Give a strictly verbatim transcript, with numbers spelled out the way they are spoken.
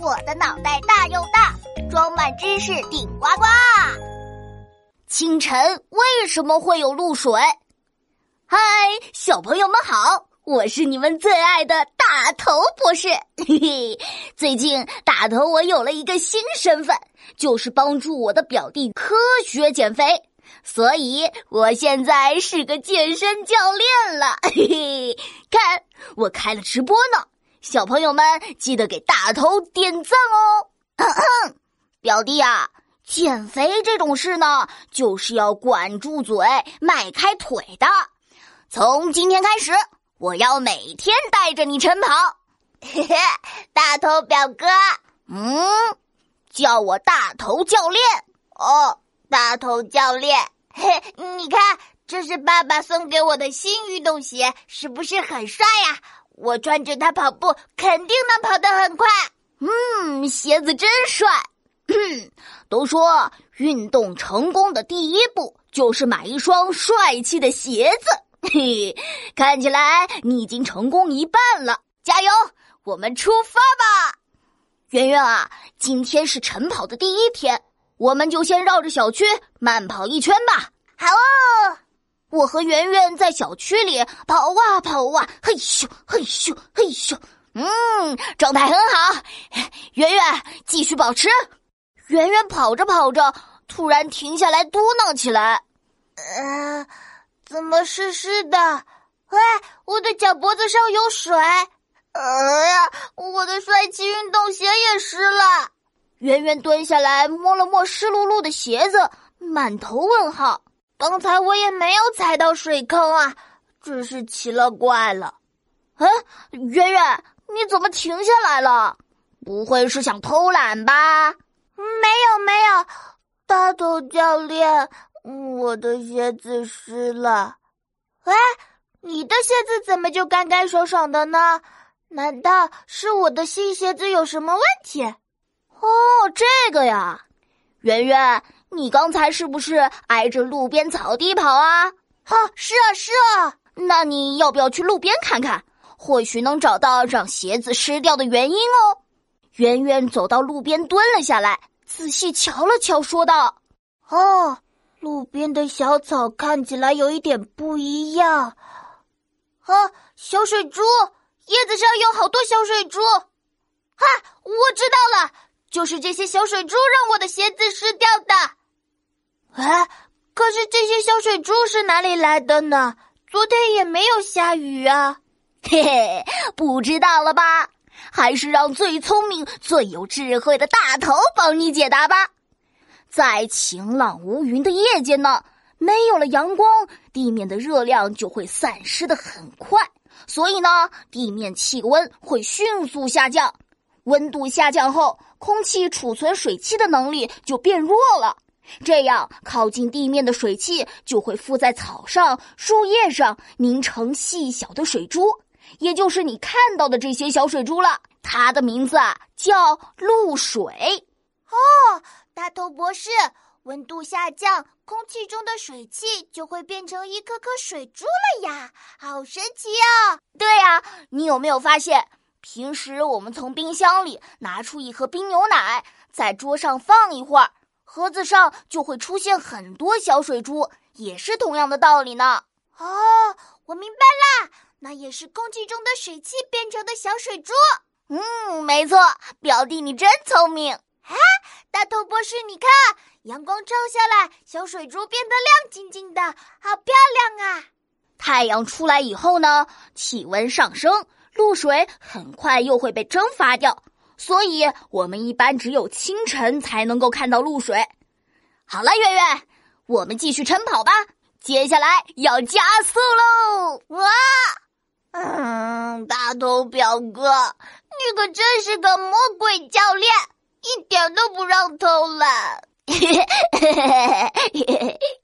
我的脑袋大又大，装满知识顶呱呱。清晨为什么会有露水？嗨，小朋友们好，我是你们最爱的大头博士。嘿嘿，最近大头我有了一个新身份，就是帮助我的表弟科学减肥，所以我现在是个健身教练了。嘿嘿，看我开了直播呢，小朋友们记得给大头点赞哦。咳咳，表弟啊，减肥这种事呢，就是要管住嘴，迈开腿的。从今天开始，我要每天带着你晨跑。嘿嘿，大头表哥，嗯，叫我大头教练。哦，大头教练，嘿，你看，这是爸爸送给我的新运动鞋，是不是很帅呀？我穿着它跑步，肯定能跑得很快。嗯，鞋子真帅。都说运动成功的第一步就是买一双帅气的鞋子。嘿，看起来你已经成功一半了，加油，我们出发吧。圆圆啊，今天是晨跑的第一天，我们就先绕着小区慢跑一圈吧。好哦。我和圆圆在小区里跑啊跑啊，嘿咻嘿咻嘿咻，嗯，状态很好。圆圆继续保持。圆圆跑着跑着，突然停下来嘟囔起来：呃，怎么湿湿的？喂，我的脚脖子上有水。哎呀，我的帅气运动鞋也湿了。圆圆蹲下来摸了摸湿漉漉的鞋子，满头问号。刚才我也没有踩到水坑啊，只是奇了怪了。嗯，圆圆，你怎么停下来了？不会是想偷懒吧？没有没有，大头教练，我的鞋子湿了。喂，你的鞋子怎么就干干爽爽的呢？难道是我的新鞋子有什么问题？哦，这个呀，圆圆，你刚才是不是挨着路边草地跑啊？哈、哦，是啊是啊。那你要不要去路边看看，或许能找到让鞋子湿掉的原因哦。圆圆走到路边蹲了下来，仔细瞧了瞧，说道：哦，路边的小草看起来有一点不一样。啊，小水珠，叶子上有好多小水珠。哈，我知道了，就是这些小水珠让我的鞋子湿掉的。哎，可是这些小水珠是哪里来的呢？昨天也没有下雨啊。嘿嘿，不知道了吧？还是让最聪明、最有智慧的大头帮你解答吧。在晴朗无云的夜间呢，没有了阳光，地面的热量就会散失得很快，所以呢，地面气温会迅速下降。温度下降后，空气储存水汽的能力就变弱了，这样靠近地面的水汽就会附在草上、树叶上，凝成细小的水珠，也就是你看到的这些小水珠了。它的名字啊叫露水。哦，大头博士，温度下降，空气中的水汽就会变成一颗颗水珠了呀，好神奇啊！对呀，你有没有发现，平时我们从冰箱里拿出一盒冰牛奶，在桌上放一会儿，盒子上就会出现很多小水珠，也是同样的道理呢。哦，我明白啦，那也是空气中的水汽变成的小水珠。嗯，没错，表弟你真聪明。啊，大头博士，你看，阳光照下来，小水珠变得亮晶晶的，好漂亮啊！太阳出来以后呢，气温上升，露水很快又会被蒸发掉，所以我们一般只有清晨才能够看到露水。好了，圆圆，我们继续晨跑吧，接下来要加速喽！哇，嗯，大头表哥，你可真是个魔鬼教练，一点都不让偷懒。